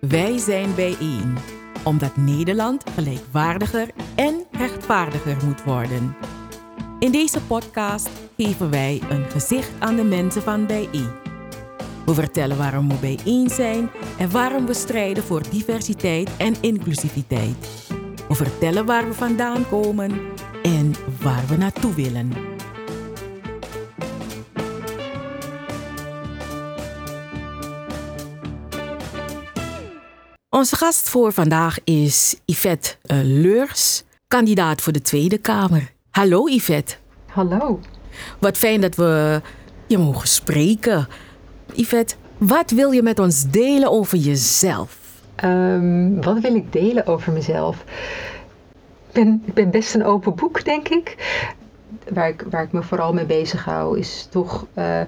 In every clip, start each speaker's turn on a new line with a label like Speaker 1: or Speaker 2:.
Speaker 1: Wij zijn bijeen, omdat Nederland gelijkwaardiger en rechtvaardiger moet worden. In deze podcast geven wij een gezicht aan de mensen van bijeen. We vertellen waarom we bijeen zijn en waarom we strijden voor diversiteit en inclusiviteit. We vertellen waar we vandaan komen en waar we naartoe willen. Onze gast voor vandaag is Yvette Leurs, kandidaat voor de Tweede Kamer. Hallo Yvette.
Speaker 2: Hallo.
Speaker 1: Wat fijn dat we je mogen spreken. Yvette, wat wil je met ons delen over jezelf?
Speaker 2: Wat wil ik delen over mezelf? Ik ben best een open boek, denk ik. Waar ik me vooral mee bezig hou is toch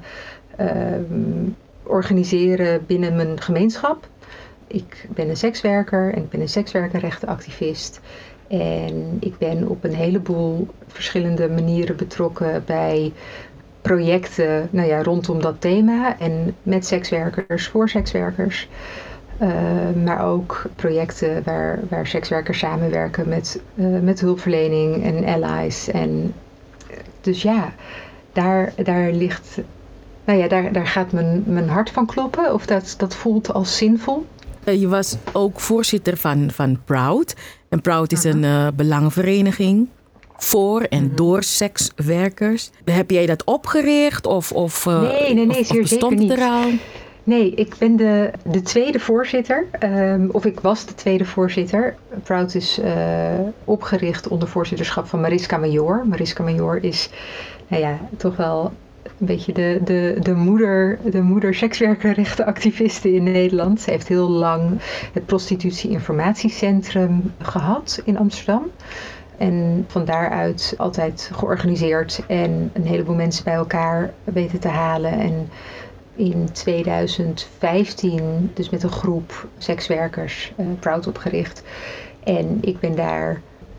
Speaker 2: organiseren binnen mijn gemeenschap. Ik ben een sekswerker en ik ben een sekswerkerrechtenactivist. En ik ben op een heleboel verschillende manieren betrokken bij projecten rondom dat thema. En met sekswerkers, voor sekswerkers. Maar ook projecten waar sekswerkers samenwerken met hulpverlening en allies. En dus ja, daar ligt, daar gaat mijn hart van kloppen. Of dat voelt als zinvol.
Speaker 1: Je was ook voorzitter van Proud. En Proud is een belangenvereniging voor en door sekswerkers. Heb jij dat opgericht?
Speaker 2: Nee, zeer zeker niet.
Speaker 1: Eraan?
Speaker 2: Nee, ik ben de tweede voorzitter. Of ik was de tweede voorzitter. Proud is opgericht onder voorzitterschap van Mariska Major. Mariska Major is toch wel een beetje de moeder sekswerkerrechtenactivisten in Nederland. Ze heeft heel lang het prostitutie-informatiecentrum gehad in Amsterdam. En van daaruit altijd georganiseerd en een heleboel mensen bij elkaar weten te halen. En in 2015 dus met een groep sekswerkers Proud opgericht. En ik ben daar,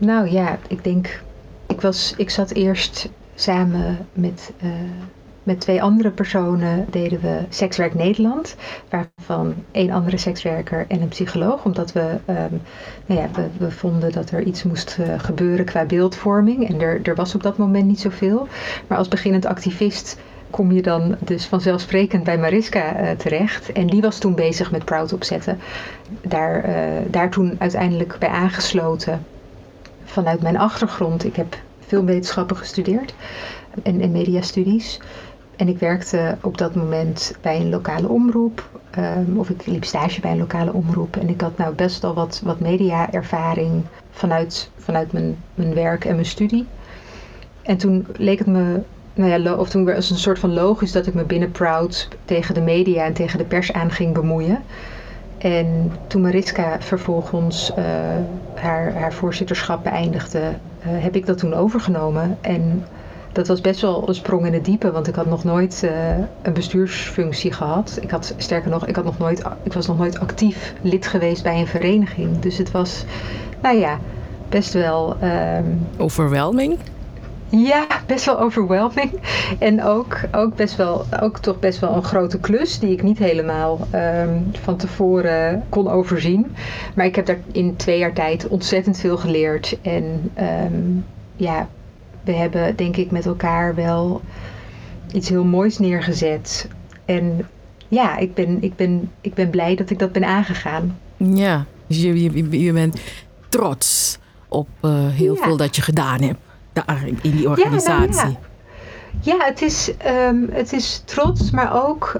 Speaker 2: ik zat eerst samen met twee andere personen deden we Sekswerk Nederland, waarvan één andere sekswerker en een psycholoog, omdat we vonden dat er iets moest gebeuren qua beeldvorming en er was op dat moment niet zoveel. Maar als beginnend activist kom je dan dus vanzelfsprekend bij Mariska terecht. En die was toen bezig met Proud opzetten. Daar toen uiteindelijk bij aangesloten vanuit mijn achtergrond. Ik heb filmwetenschappen gestudeerd en mediastudies. En ik werkte op dat moment bij een lokale omroep. Of ik liep stage bij een lokale omroep. En ik had best al wat media-ervaring vanuit mijn werk en mijn studie. En toen leek het me, toen was het een soort van logisch dat ik me binnen Proud tegen de media en tegen de pers aan ging bemoeien. En toen Mariska vervolgens haar voorzitterschap beëindigde, heb ik dat toen overgenomen. En dat was best wel een sprong in het diepe, want ik had nog nooit een bestuursfunctie gehad. Ik was nog nooit actief lid geweest bij een vereniging. Dus het was, best wel
Speaker 1: Overwhelming?
Speaker 2: Ja, best wel overwhelming. En ook toch best wel een grote klus die ik niet helemaal van tevoren kon overzien. Maar ik heb daar in 2 jaar tijd ontzettend veel geleerd. En we hebben denk ik met elkaar wel iets heel moois neergezet. En ja, ik ben blij dat ik dat ben aangegaan. Ja,
Speaker 1: dus je bent trots op heel veel dat je gedaan hebt. In die organisatie.
Speaker 2: Ja, het is trots, maar ook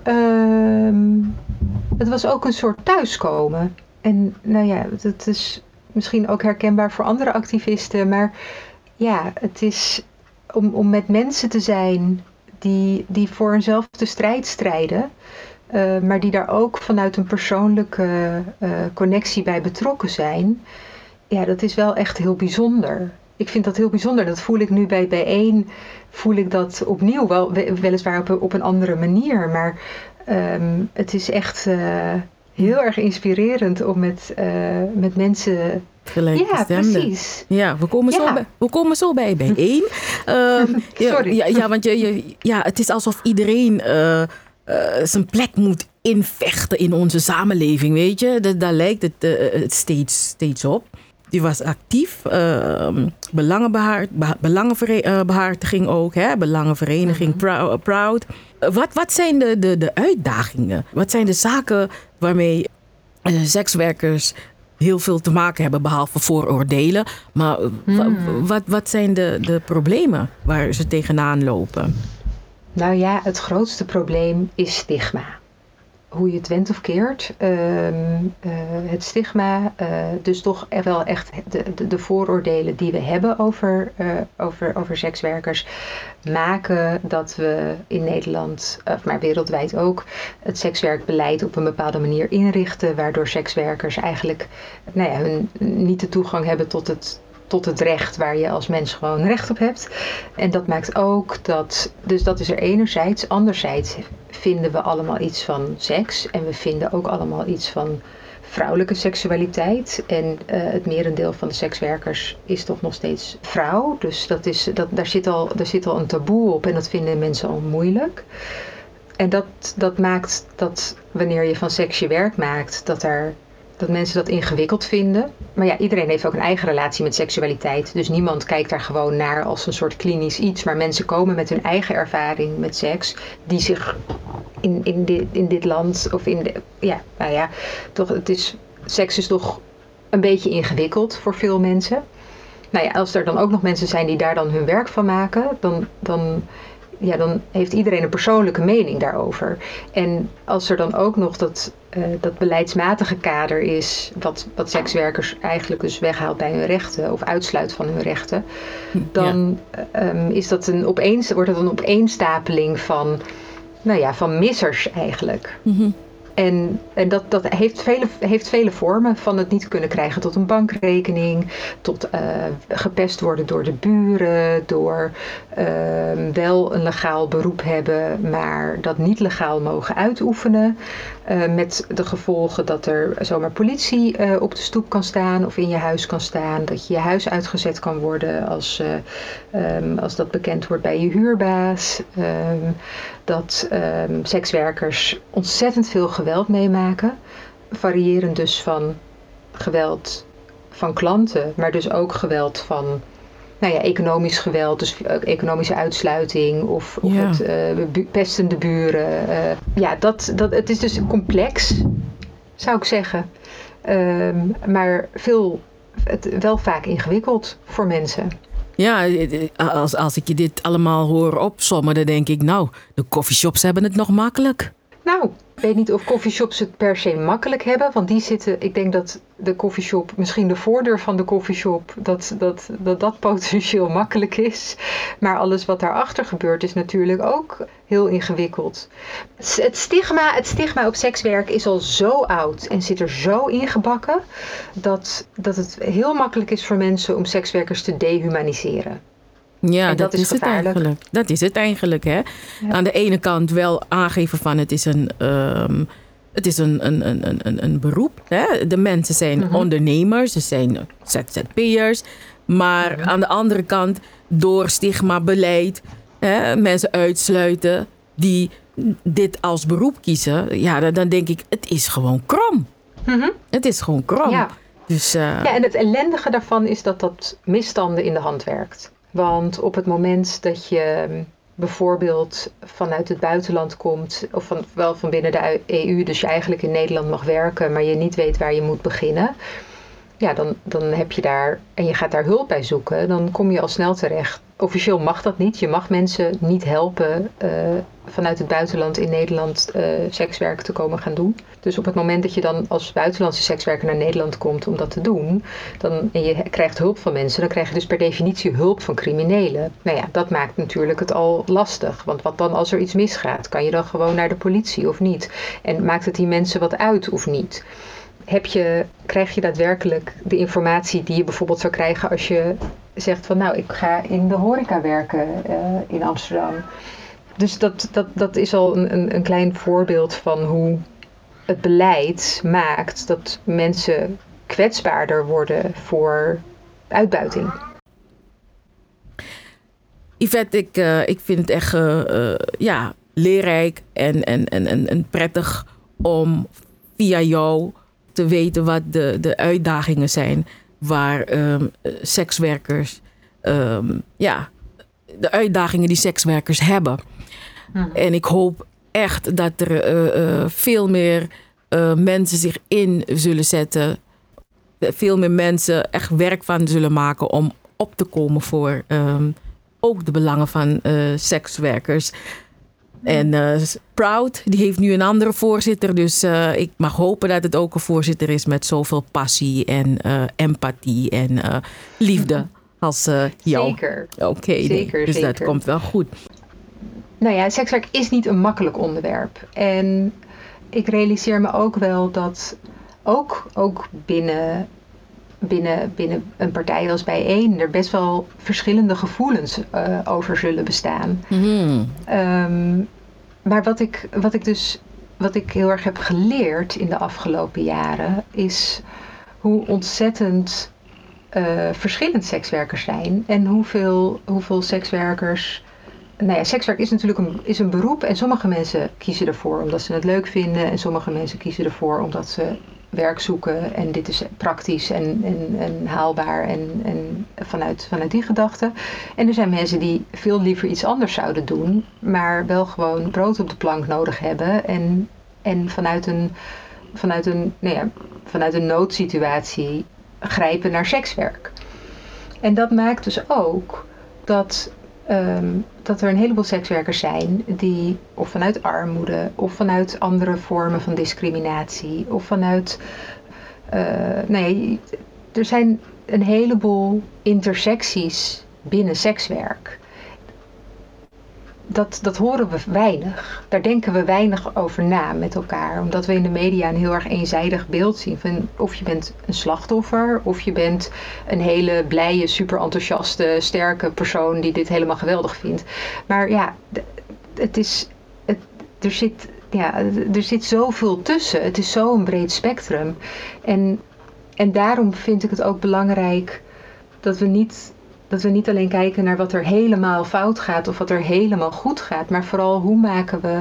Speaker 2: het was ook een soort thuiskomen. En dat is misschien ook herkenbaar voor andere activisten, maar ja, het is om met mensen te zijn die voor eenzelfde strijd strijden, maar die daar ook vanuit een persoonlijke connectie bij betrokken zijn. Ja, dat is wel echt heel bijzonder. Ik vind dat heel bijzonder. Dat voel ik nu bij bijeen. Voel ik dat opnieuw. Weliswaar op een andere manier. Maar het is echt heel erg inspirerend om met mensen.
Speaker 1: Gelijkgestemden.
Speaker 2: Ja, precies.
Speaker 1: Ja, we komen zo bij bijeen.
Speaker 2: Sorry.
Speaker 1: Want het is alsof iedereen zijn plek moet invechten in onze samenleving, weet je. Daar lijkt het steeds op. Die was actief, belangenbehartiging ook, hè? Belangenvereniging Proud. Wat zijn de uitdagingen? Wat zijn de zaken waarmee sekswerkers heel veel te maken hebben, behalve vooroordelen? Maar wat zijn de problemen waar ze tegenaan lopen?
Speaker 2: Nou ja, het grootste probleem is stigma. Hoe je het went of keert. Het stigma, dus toch wel echt de vooroordelen die we hebben over sekswerkers, maken dat we in Nederland, maar wereldwijd ook, het sekswerkbeleid op een bepaalde manier inrichten, waardoor sekswerkers eigenlijk hun niet de toegang hebben tot het recht waar je als mens gewoon recht op hebt. En dat maakt ook dus dat is er enerzijds. Anderzijds vinden we allemaal iets van seks. En we vinden ook allemaal iets van vrouwelijke seksualiteit. En het merendeel van de sekswerkers is toch nog steeds vrouw. Dus daar zit al een taboe op en dat vinden mensen al moeilijk. En dat maakt dat wanneer je van seks je werk maakt, dat mensen dat ingewikkeld vinden. Maar ja, iedereen heeft ook een eigen relatie met seksualiteit. Dus niemand kijkt daar gewoon naar als een soort klinisch iets. Maar mensen komen met hun eigen ervaring met seks, die zich in dit land of seks is toch een beetje ingewikkeld voor veel mensen. Nou ja, als er dan ook nog mensen zijn die daar dan hun werk van maken, dan heeft iedereen een persoonlijke mening daarover. En als er dan ook nog dat beleidsmatige kader is, wat sekswerkers eigenlijk dus weghaalt bij hun rechten of uitsluit van hun rechten, dan is dat wordt het een opeenstapeling van missers eigenlijk. Mm-hmm. En dat heeft vele vormen, van het niet kunnen krijgen tot een bankrekening, tot gepest worden door de buren, door wel een legaal beroep hebben, maar dat niet legaal mogen uitoefenen. Met de gevolgen dat er zomaar politie op de stoep kan staan of in je huis kan staan. Dat je je huis uitgezet kan worden als dat bekend wordt bij je huurbaas. Dat sekswerkers ontzettend veel geweld meemaken. Variërend dus van geweld van klanten, maar dus ook geweld van economisch geweld, dus economische uitsluiting of het pestende buren. Het is dus complex, zou ik zeggen. Maar wel vaak ingewikkeld voor mensen.
Speaker 1: Ja, als ik je dit allemaal hoor opsommen, dan denk ik, de coffeeshops hebben het nog makkelijk.
Speaker 2: Nou, ik weet niet of coffeeshops het per se makkelijk hebben, want ik denk dat de coffeeshop, misschien de voordeur van de coffeeshop, dat potentieel makkelijk is. Maar alles wat daarachter gebeurt is natuurlijk ook heel ingewikkeld. Het stigma op sekswerk is al zo oud en zit er zo ingebakken dat het heel makkelijk is voor mensen om sekswerkers te dehumaniseren.
Speaker 1: Ja, dat is het eigenlijk. Dat is het eigenlijk, hè. Ja. Aan de ene kant wel aangeven van het is een beroep. Hè? De mensen zijn ondernemers, ze zijn ZZP'ers. Maar aan de andere kant, door stigma-beleid, mensen uitsluiten die dit als beroep kiezen. Ja, dan denk ik, het is gewoon krom. Mm-hmm. Het is gewoon krom.
Speaker 2: Ja.
Speaker 1: Dus,
Speaker 2: en het ellendige daarvan is dat misstanden in de hand werkt. Want op het moment dat je bijvoorbeeld vanuit het buitenland komt, of van binnen de EU, dus je eigenlijk in Nederland mag werken, maar je niet weet waar je moet beginnen, ja, dan heb je daar, en je gaat daar hulp bij zoeken, dan kom je al snel terecht. Officieel mag dat niet. Je mag mensen niet helpen vanuit het buitenland in Nederland sekswerk te komen gaan doen. Dus op het moment dat je dan als buitenlandse sekswerker naar Nederland komt om dat te doen, en je krijgt hulp van mensen, dan krijg je dus per definitie hulp van criminelen. Nou ja, dat maakt natuurlijk het al lastig. Want wat dan als er iets misgaat? Kan je dan gewoon naar de politie of niet? En maakt het die mensen wat uit of niet? Krijg je daadwerkelijk de informatie die je bijvoorbeeld zou krijgen als je zegt van ik ga in de horeca werken in Amsterdam. Dus dat is al een klein voorbeeld van hoe het beleid maakt dat mensen kwetsbaarder worden voor uitbuiting.
Speaker 1: Yvette, ik vind het echt leerrijk en prettig om via jou te weten wat de uitdagingen zijn waar sekswerkers, de uitdagingen die sekswerkers hebben. En ik hoop echt dat er veel meer mensen zich in zullen zetten. Veel meer mensen echt werk van zullen maken om op te komen voor ook de belangen van sekswerkers. En Proud, die heeft nu een andere voorzitter. Dus ik mag hopen dat het ook een voorzitter is met zoveel passie en empathie en liefde als jou.
Speaker 2: Zeker.
Speaker 1: Oké,
Speaker 2: zeker,
Speaker 1: dus
Speaker 2: zeker.
Speaker 1: dat komt wel goed.
Speaker 2: Nou ja, sekswerk is niet een makkelijk onderwerp. En ik realiseer me ook wel dat ook binnen een partij als Bijeen er best wel verschillende gevoelens over zullen bestaan. Maar wat ik heel erg heb geleerd in de afgelopen jaren is hoe ontzettend verschillend sekswerkers zijn en hoeveel sekswerkers. Nou ja, sekswerk is natuurlijk een beroep en sommige mensen kiezen ervoor omdat ze het leuk vinden en sommige mensen kiezen ervoor omdat ze werk zoeken en dit is praktisch en haalbaar en vanuit die gedachte. En er zijn mensen die veel liever iets anders zouden doen, maar wel gewoon brood op de plank nodig hebben en vanuit een noodsituatie grijpen naar sekswerk. En dat maakt dus ook dat er een heleboel sekswerkers zijn die of vanuit armoede of vanuit andere vormen van discriminatie of vanuit er zijn een heleboel intersecties binnen sekswerk. Dat horen we weinig. Daar denken we weinig over na met elkaar. Omdat we in de media een heel erg eenzijdig beeld zien. Van of je bent een slachtoffer. Of je bent een hele blije, super enthousiaste, sterke persoon die dit helemaal geweldig vindt. Maar ja, er zit zoveel tussen. Het is zo'n breed spectrum. En daarom vind ik het ook belangrijk dat we niet alleen kijken naar wat er helemaal fout gaat of wat er helemaal goed gaat, maar vooral hoe maken we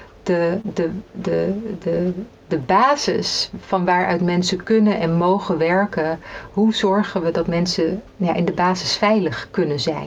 Speaker 2: de basis van waaruit mensen kunnen en mogen werken, hoe zorgen we dat mensen in de basis veilig kunnen zijn.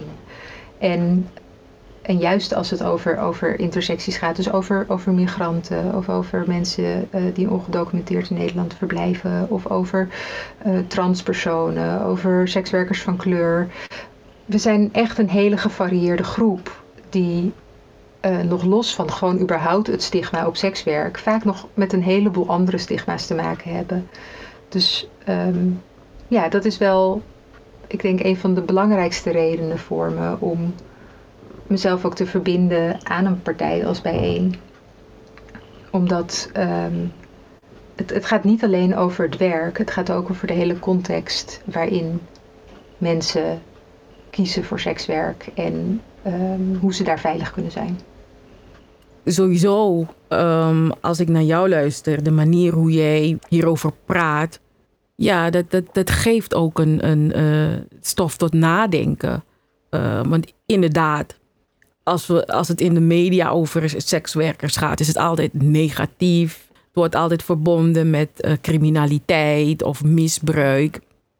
Speaker 2: En juist als het over intersecties gaat, dus over migranten of over mensen die ongedocumenteerd in Nederland verblijven of over transpersonen, over sekswerkers van kleur. We zijn echt een hele gevarieerde groep die nog los van gewoon überhaupt het stigma op sekswerk vaak nog met een heleboel andere stigma's te maken hebben. Dus dat is wel, ik denk, een van de belangrijkste redenen voor me om mezelf ook te verbinden aan een partij als Bijeen. Omdat het gaat niet alleen over het werk, het gaat ook over de hele context waarin mensen kiezen voor sekswerk en hoe ze daar veilig kunnen zijn.
Speaker 1: Sowieso, als ik naar jou luister, de manier hoe jij hierover praat, ja, dat geeft ook een stof tot nadenken. Want inderdaad, als het in de media over sekswerkers gaat, is het altijd negatief. Het wordt altijd verbonden met criminaliteit of misbruik.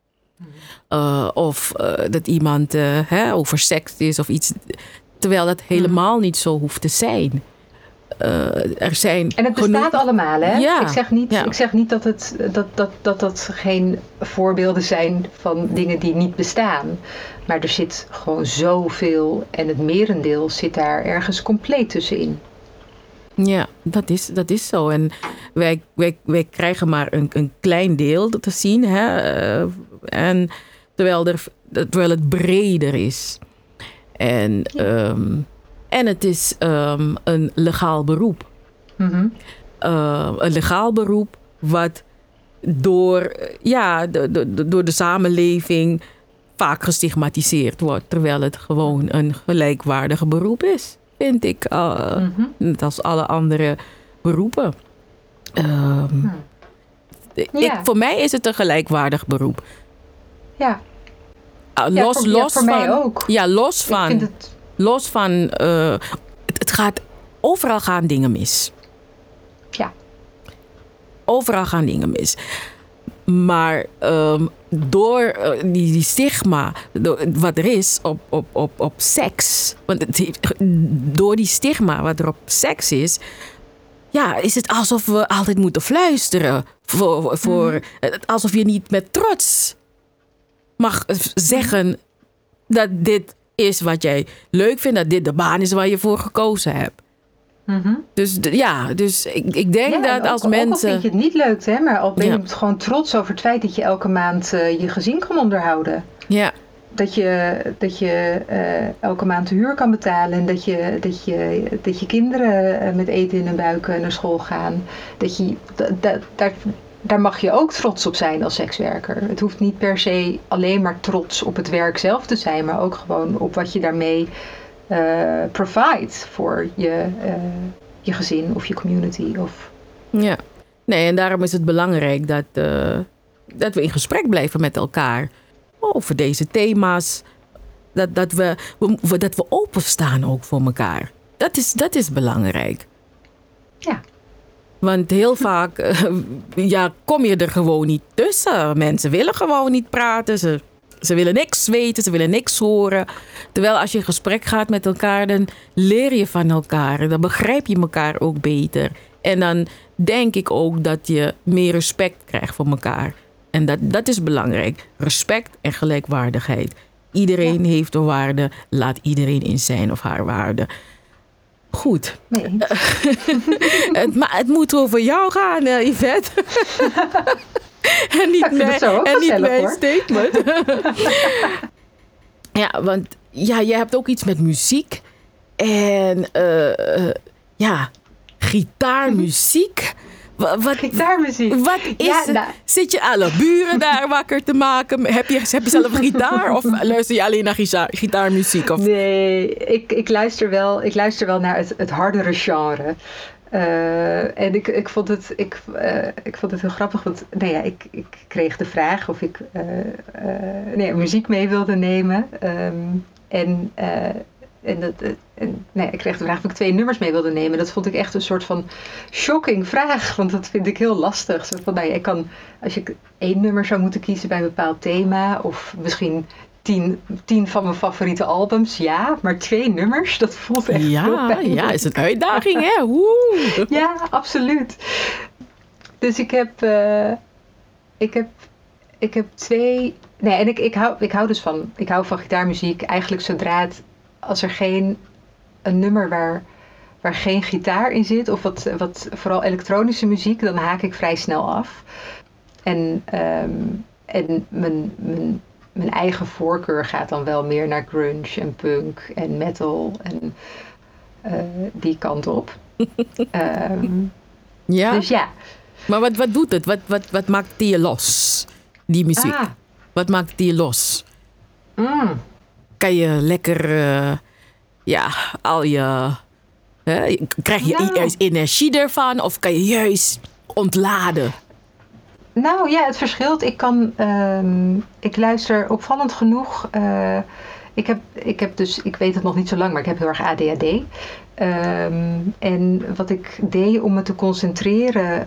Speaker 1: Of dat iemand oversext is of iets. Terwijl dat helemaal niet zo hoeft te zijn. Er zijn
Speaker 2: en het bestaat allemaal, hè?
Speaker 1: Ja.
Speaker 2: Ik zeg niet dat geen voorbeelden zijn van dingen die niet bestaan. Maar er zit gewoon zoveel en het merendeel zit daar ergens compleet tussenin.
Speaker 1: Ja, dat is zo. En wij krijgen maar een klein deel te zien. Hè? En terwijl het breder is. En het is een legaal beroep.
Speaker 2: Mm-hmm.
Speaker 1: Een legaal beroep wat door de samenleving vaak gestigmatiseerd wordt. Terwijl het gewoon een gelijkwaardig beroep is, vind ik. Net als alle andere beroepen. Voor mij is het een gelijkwaardig beroep.
Speaker 2: Ja.
Speaker 1: Los
Speaker 2: voor
Speaker 1: van,
Speaker 2: mij ook.
Speaker 1: Ja, los van. Het gaat overal gaan dingen mis.
Speaker 2: Ja.
Speaker 1: Overal gaan dingen mis. Maar door die stigma wat er is op seks. Want door die stigma wat er op seks is. Ja, is het alsof we altijd moeten fluisteren. Alsof je niet met trots mag zeggen dat dit is wat jij leuk vindt. Dat dit de baan is waar je voor gekozen hebt. Mm-hmm. Dus ik denk dat als mensen... Ook al
Speaker 2: vind je het niet leuk, hè, maar al ben je gewoon trots over het feit dat je elke maand je gezin kan onderhouden.
Speaker 1: Ja.
Speaker 2: Dat je elke maand de huur kan betalen en dat je kinderen met eten in hun buik naar school gaan. Daar mag je ook trots op zijn als sekswerker. Het hoeft niet per se alleen maar trots op het werk zelf te zijn, maar ook gewoon op wat je daarmee provide voor je gezin of je community.
Speaker 1: Ja, nee, en daarom is het belangrijk dat we in gesprek blijven met elkaar over deze thema's. Dat we openstaan ook voor elkaar. Dat is belangrijk.
Speaker 2: Ja.
Speaker 1: Want heel vaak kom je er gewoon niet tussen. Mensen willen gewoon niet praten. Ze willen niks weten, ze willen niks horen. Terwijl als je in gesprek gaat met elkaar, dan leer je van elkaar. Dan begrijp je elkaar ook beter. En dan denk ik ook dat je meer respect krijgt voor elkaar. En dat is belangrijk. Respect en gelijkwaardigheid. Iedereen heeft een waarde. Laat iedereen in zijn of haar waarde. Goed.
Speaker 2: Nee.
Speaker 1: Het moet over jou gaan, Yvette. En niet mijn statement. Ja, want je hebt ook iets met muziek. En gitaarmuziek.
Speaker 2: Gitaarmuziek.
Speaker 1: Wat is het? Nou. Zit je alle buren daar wakker te maken? Heb je zelf een gitaar? Of luister je alleen naar gitaarmuziek? Of?
Speaker 2: Nee, ik luister wel naar het hardere genre. En ik vond het heel grappig, want ik kreeg de vraag of ik muziek mee wilde nemen. Ik kreeg de vraag of ik 2 nummers mee wilde nemen. Dat vond ik echt een soort van shocking vraag, want dat vind ik heel lastig. Zo van, ik kan, als ik 1 nummer zou moeten kiezen bij een bepaald thema, of misschien 10 van mijn favoriete albums, ja, maar 2 nummers, dat voelt echt heel pijnlijk.
Speaker 1: Ja, is een uitdaging, hè? Woe.
Speaker 2: Ja, absoluut. Dus ik heb 2... Nee, en ik hou van gitaarmuziek eigenlijk als er een nummer waar geen gitaar in zit, of wat vooral elektronische muziek, dan haak ik vrij snel af. En mijn eigen voorkeur gaat dan wel meer naar grunge en punk en metal en die kant op.
Speaker 1: Ja.
Speaker 2: Dus ja.
Speaker 1: Maar wat doet het? Wat maakt die je los, die muziek? Wat maakt die je los? Kan je lekker, krijg je juist energie ervan? Of kan je juist ontladen?
Speaker 2: Nou ja, het verschilt. Ik luister opvallend genoeg. Ik weet het nog niet zo lang, maar ik heb heel erg ADHD. En wat ik deed om me te concentreren,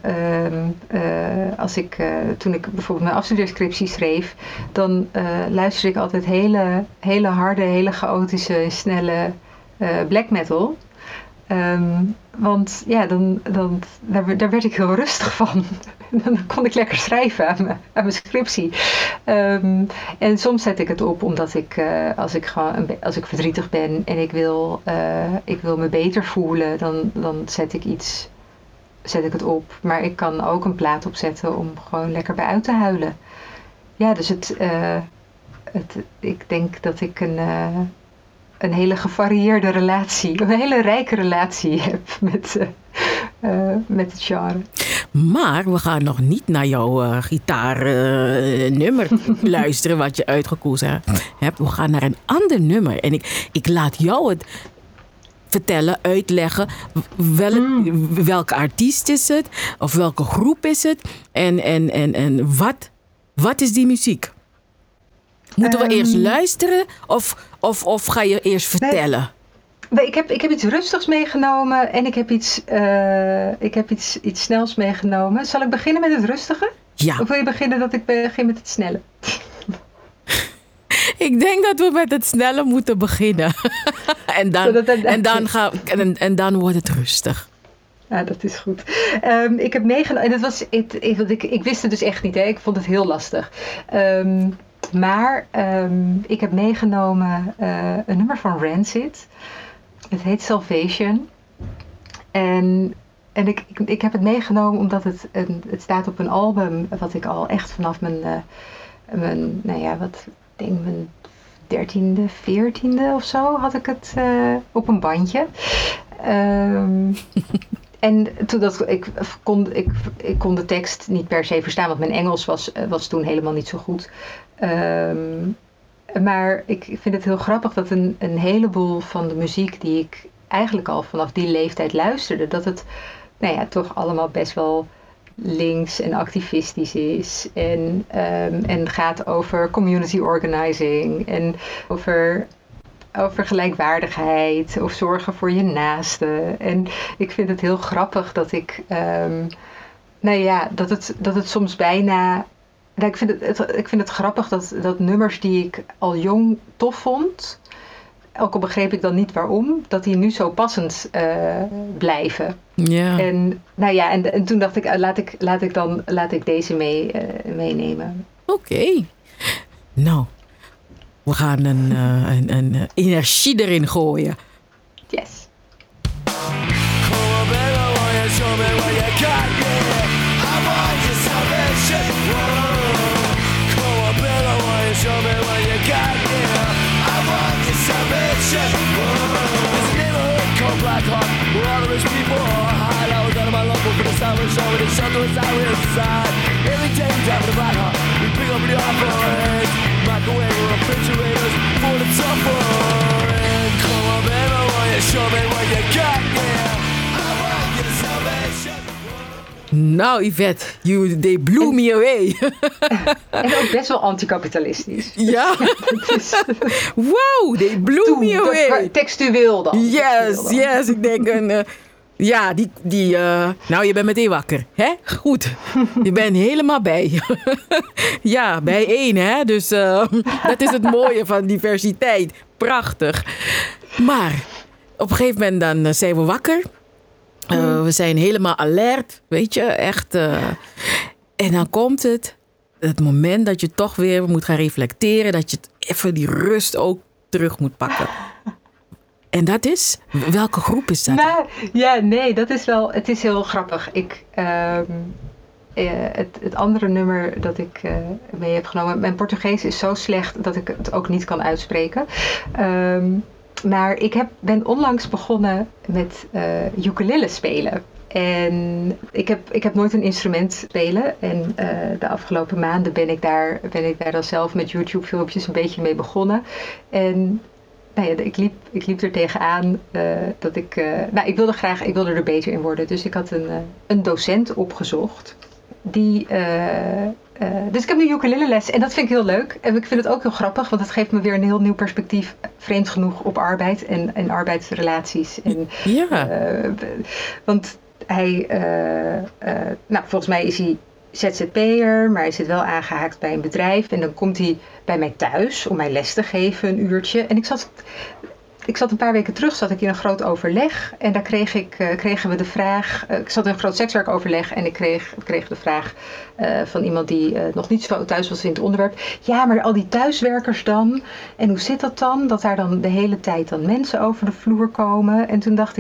Speaker 2: toen ik bijvoorbeeld mijn afstudeerscriptie schreef, dan luisterde ik altijd hele harde, hele chaotische, snelle black metal. Want ja, daar werd ik heel rustig van. Dan kon ik lekker schrijven aan mijn scriptie. En soms zet ik het op omdat als ik verdrietig ben en ik wil me beter voelen, dan zet ik het op. Maar ik kan ook een plaat opzetten om gewoon lekker bij uit te huilen. Ja, dus ik denk dat ik een hele gevarieerde relatie, een hele rijke relatie heb met het genre.
Speaker 1: Maar we gaan nog niet naar jouw gitaarnummer luisteren wat je uitgekozen hebt. We gaan naar een ander nummer. En ik laat jou het vertellen, uitleggen. Welke artiest is het? Of welke groep is het? En wat is die muziek? Moeten we eerst luisteren of ga je eerst vertellen?
Speaker 2: Ik heb iets rustigs meegenomen en ik heb iets snels meegenomen. Zal ik beginnen met het rustige?
Speaker 1: Ja.
Speaker 2: Of wil je beginnen dat ik begin met het snelle?
Speaker 1: Ik denk dat we met het snelle moeten beginnen. en dan wordt het rustig.
Speaker 2: Ja, dat is goed. Ik heb meegenomen... Ik wist het dus echt niet. Hè? Ik vond het heel lastig. Maar ik heb meegenomen een nummer van Rancid. Het heet Salvation. En ik heb het meegenomen omdat het staat op een album... wat ik al echt vanaf mijn 13e, 14e of zo had ik het op een bandje. En toen ik kon de tekst niet per se verstaan, want mijn Engels was toen helemaal niet zo goed. Maar ik vind het heel grappig dat een heleboel van de muziek die ik eigenlijk al vanaf die leeftijd luisterde, dat het toch allemaal best wel links en activistisch is. En gaat over community organizing en over gelijkwaardigheid of zorgen voor je naaste. En ik vind het heel grappig dat dat het soms bijna... Ik vind het grappig dat nummers die ik al jong tof vond, ook al begreep ik dan niet waarom, dat die nu zo passend blijven.
Speaker 1: Ja.
Speaker 2: En toen dacht ik, laat ik deze meenemen.
Speaker 1: Oké. Nou, we gaan een energie erin gooien.
Speaker 2: Yes.
Speaker 3: Every day we drive the black heart. We pick up the offerings, microwave or refrigerators for the suffering. Come on, baby, will you show me what you got? Yeah, I want you to salvation.
Speaker 1: Nou, Yvette, they blew me away.
Speaker 2: En ook best wel anticapitalistisch.
Speaker 1: Ja. Wow, they blew me away.
Speaker 2: Textueel dan.
Speaker 1: Yes. Ik denk nou, je bent meteen wakker, hè? Goed. Je bent helemaal bij. Ja, bijeen, hè? Dus dat is het mooie van diversiteit. Prachtig. Maar op een gegeven moment dan zijn we wakker. We zijn helemaal alert, weet je, echt. En dan komt het moment dat je toch weer moet gaan reflecteren. Dat je even die rust ook terug moet pakken. En dat is? Welke groep is dat?
Speaker 2: Dat is wel... Het is heel grappig. Het andere nummer dat ik mee heb genomen... Mijn Portugees is zo slecht dat ik het ook niet kan uitspreken. Maar ik ben onlangs begonnen met ukulele spelen. En ik heb nooit een instrument spelen. En de afgelopen maanden ben ik daar dan zelf met YouTube filmpjes een beetje mee begonnen. En... ik liep er tegenaan dat ik wilde er beter in worden. Dus ik had een docent opgezocht. Dus ik heb nu ukulele-les en dat vind ik heel leuk. En ik vind het ook heel grappig, want het geeft me weer een heel nieuw perspectief. Vreemd genoeg op arbeid en arbeidsrelaties. En, want hij, volgens mij is hij ZZP'er, maar hij zit wel aangehaakt bij een bedrijf. En dan komt hij bij mij thuis om mij les te geven, een uurtje. En ik zat een paar weken terug, zat ik in een groot overleg. En daar kregen we de vraag... ik zat in een groot sekswerkoverleg en ik kreeg de vraag van iemand die nog niet zo thuis was in het onderwerp. Ja, maar al die thuiswerkers dan? En hoe zit dat dan? Dat daar dan de hele tijd dan mensen over de vloer komen? En toen dacht ik,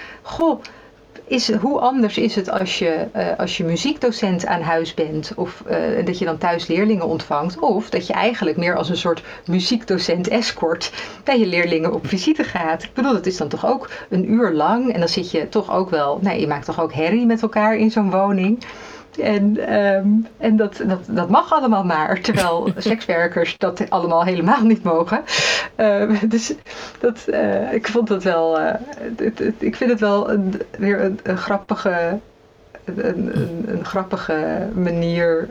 Speaker 2: hoe anders is het als je muziekdocent aan huis bent of dat je dan thuis leerlingen ontvangt, of dat je eigenlijk meer als een soort muziekdocent-escort bij je leerlingen op visite gaat. Ik bedoel, dat is dan toch ook een uur lang en dan zit je toch ook wel, je maakt toch ook herrie met elkaar in zo'n woning. En dat mag allemaal maar, terwijl sekswerkers dat allemaal helemaal niet mogen. Dus ik vond dat wel, ik vind het wel weer een grappige manier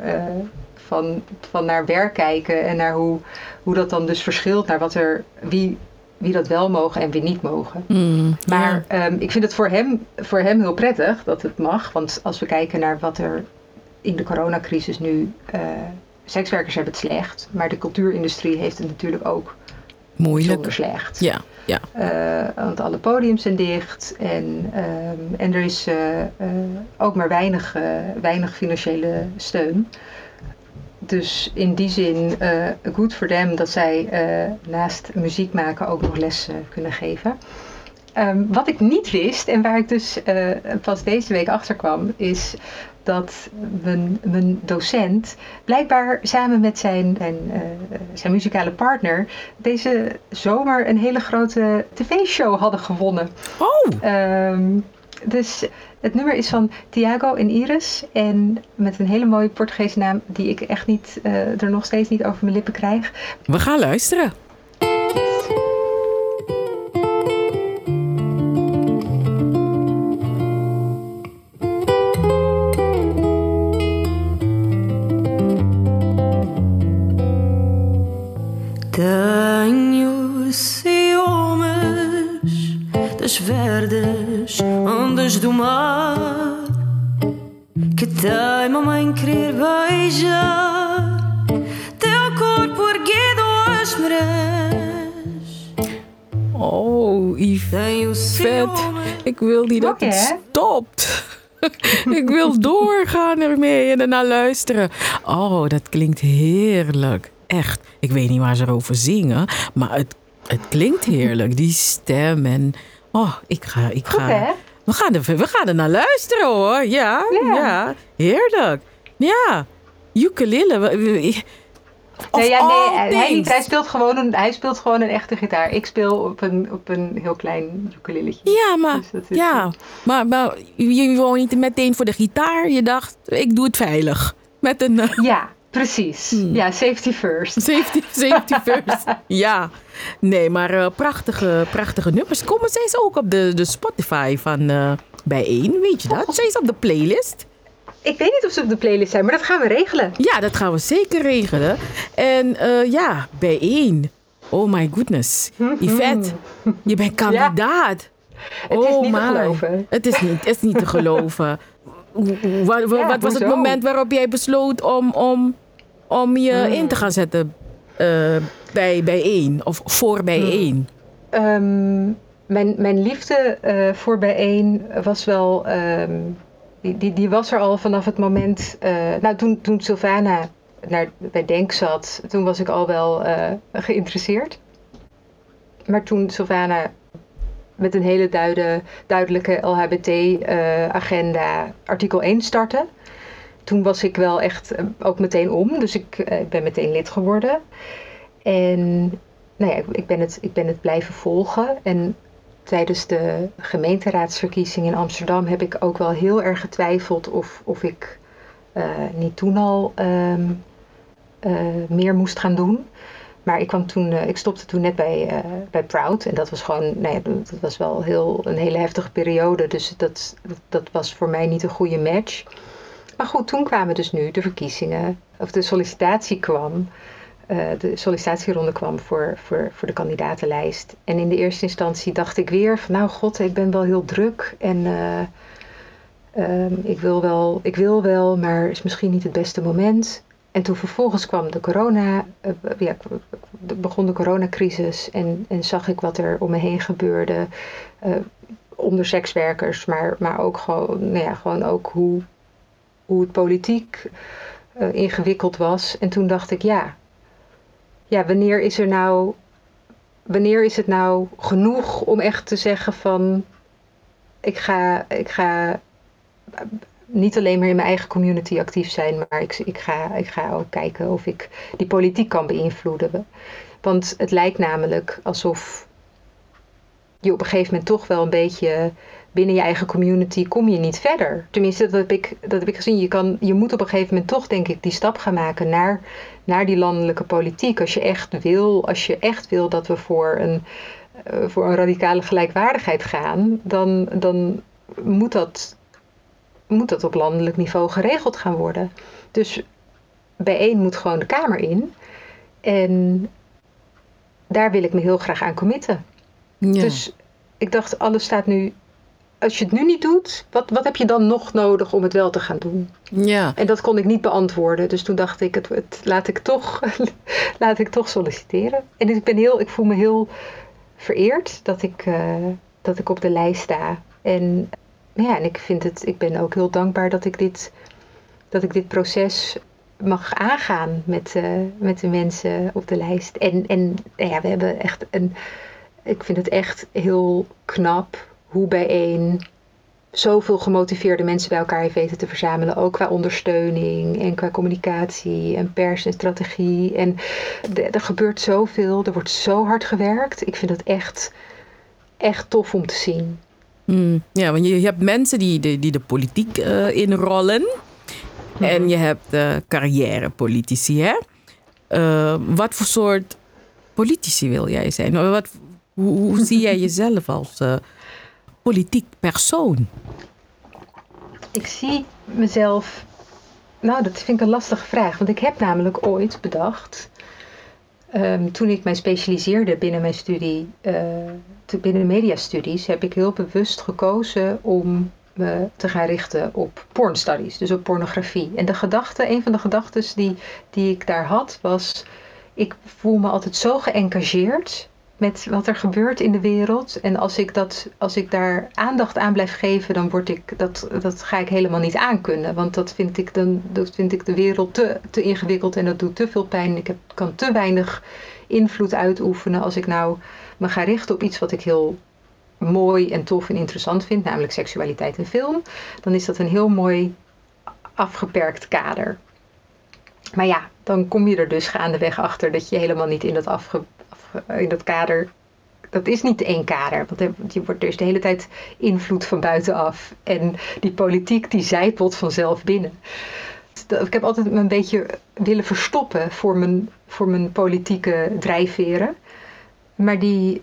Speaker 2: van naar werk kijken en naar hoe dat dan dus verschilt naar wie dat wel mogen en wie niet mogen. Maar ik vind het voor hem heel prettig dat het mag. Want als we kijken naar wat er in de coronacrisis nu... sekswerkers hebben het slecht. Maar de cultuurindustrie heeft het natuurlijk ook bijzonder slecht.
Speaker 1: Ja.
Speaker 2: Want alle podiums zijn dicht. En er is ook maar weinig financiële steun. Dus in die zin, good for them dat zij naast muziek maken ook nog les kunnen geven. Wat ik niet wist en waar ik dus pas deze week achter kwam, is dat mijn docent blijkbaar samen met zijn muzikale partner deze zomer een hele grote tv-show hadden gewonnen. Dus het nummer is van Tiago en Iris en met een hele mooie Portugese naam die ik echt niet, er nog steeds niet over mijn lippen krijg.
Speaker 1: We gaan luisteren.
Speaker 4: Tenho ciúmes das verdes ondas do mar que teimam em querer beijar teu corpo erguido às marés.
Speaker 1: Oh, Yvette, ik wil niet dat het stopt. Ik wil doorgaan ermee en ernaar luisteren. Oh, dat klinkt heerlijk. Echt, ik weet niet waar ze erover zingen, maar het klinkt heerlijk. Die stem en... Oh, ik ga. We gaan er naar luisteren hoor. Ja, heerlijk. Ja, ukulele.
Speaker 2: Hij speelt gewoon een echte gitaar. Ik speel op een heel klein ukuleletje.
Speaker 1: Ja, maar, dus maar je wou niet meteen voor de gitaar. Je dacht, ik doe het veilig. Met een...
Speaker 2: Ja. Precies. Ja, safety first.
Speaker 1: Safety first. Ja. Nee, maar prachtige nummers. Komen steeds ook op de Spotify van Bijeen. Weet je dat? Steeds op de playlist.
Speaker 2: Ik weet niet of ze op de playlist zijn, maar dat gaan we regelen.
Speaker 1: Ja, dat gaan we zeker regelen. En Bijeen. Oh my goodness. Yvette, je bent kandidaat.
Speaker 2: Het is niet te geloven.
Speaker 1: Het is niet te geloven. Wat was het moment waarop jij besloot om je in te gaan zetten bij Bijeen of voor Bijeen?
Speaker 2: Mijn liefde voor Bijeen was wel... Die was er al vanaf het moment... toen Sylvana bij Denk zat, toen was ik al wel geïnteresseerd. Maar toen Sylvana... met een hele duidelijke LHBT-agenda artikel 1 starten. Toen was ik wel echt ook meteen om. Dus ik ben meteen lid geworden. En ik ben het blijven volgen. En tijdens de gemeenteraadsverkiezingen in Amsterdam heb ik ook wel heel erg getwijfeld of ik niet toen al meer moest gaan doen. Maar ik stopte toen net bij Proud. En dat was gewoon, dat was wel een hele heftige periode. Dus dat was voor mij niet een goede match. Maar goed, toen kwamen dus nu de verkiezingen. Of de sollicitatie kwam. De sollicitatieronde kwam voor de kandidatenlijst. En in de eerste instantie dacht ik weer van... nou god, ik ben wel heel druk. En ik wil wel, maar het is misschien niet het beste moment... En toen vervolgens kwam begon de coronacrisis en zag ik wat er om me heen gebeurde onder sekswerkers, maar ook gewoon ook hoe het politiek ingewikkeld was. En toen dacht ik, wanneer is het nou genoeg om echt te zeggen van ik ga niet alleen maar in mijn eigen community actief zijn, maar ik ga ook kijken of ik die politiek kan beïnvloeden. Want het lijkt namelijk alsof je op een gegeven moment toch wel een beetje binnen je eigen community kom je niet verder. Tenminste, dat heb ik gezien. Je moet op een gegeven moment toch, denk ik, die stap gaan maken naar die landelijke politiek. Als je echt wil dat we voor een radicale gelijkwaardigheid gaan, dan moet dat op landelijk niveau geregeld gaan worden. Dus Bijeen moet gewoon de Kamer in. En daar wil ik me heel graag aan committen.
Speaker 1: Ja.
Speaker 2: Dus ik dacht, alles staat nu... Als je het nu niet doet, wat heb je dan nog nodig om het wel te gaan doen?
Speaker 1: Ja.
Speaker 2: En dat kon ik niet beantwoorden. Dus toen dacht ik, laat ik toch solliciteren. En ik voel me heel vereerd dat ik op de lijst sta. En ik ben ook heel dankbaar dat ik dit proces mag aangaan met de mensen op de lijst. En we hebben echt ik vind het echt heel knap hoe bijeen zoveel gemotiveerde mensen bij elkaar heeft weten te verzamelen. Ook qua ondersteuning en qua communicatie en pers en strategie. En er gebeurt zoveel, er wordt zo hard gewerkt. Ik vind het echt tof om te zien.
Speaker 1: Ja, want je hebt mensen die de politiek inrollen. En je hebt carrièrepolitici, hè? Wat voor soort politici wil jij zijn? Hoe zie jij jezelf als politiek persoon?
Speaker 2: Ik zie mezelf... Nou, dat vind ik een lastige vraag. Want ik heb namelijk ooit bedacht... toen ik mij specialiseerde binnen mijn studie... binnen mediastudies... heb ik heel bewust gekozen om me te gaan richten op porn studies. Dus op pornografie. En een van de gedachten die ik daar had was... Ik voel me altijd zo geëngageerd... met wat er gebeurt in de wereld. En als ik daar aandacht aan blijf geven, dan dat ga ik helemaal niet aankunnen. Want dat vind ik de wereld te ingewikkeld en dat doet te veel pijn. Ik kan te weinig invloed uitoefenen als ik nou me ga richten op iets wat ik heel mooi en tof en interessant vind, namelijk seksualiteit en film. Dan is dat een heel mooi afgeperkt kader. Maar ja, dan kom je er dus gaandeweg achter dat je helemaal niet in dat kader, dat is niet één kader. Want er wordt dus de hele tijd invloed van buitenaf. En die politiek die zijpelt vanzelf binnen. Ik heb altijd me een beetje willen verstoppen voor mijn politieke drijfveren. Maar die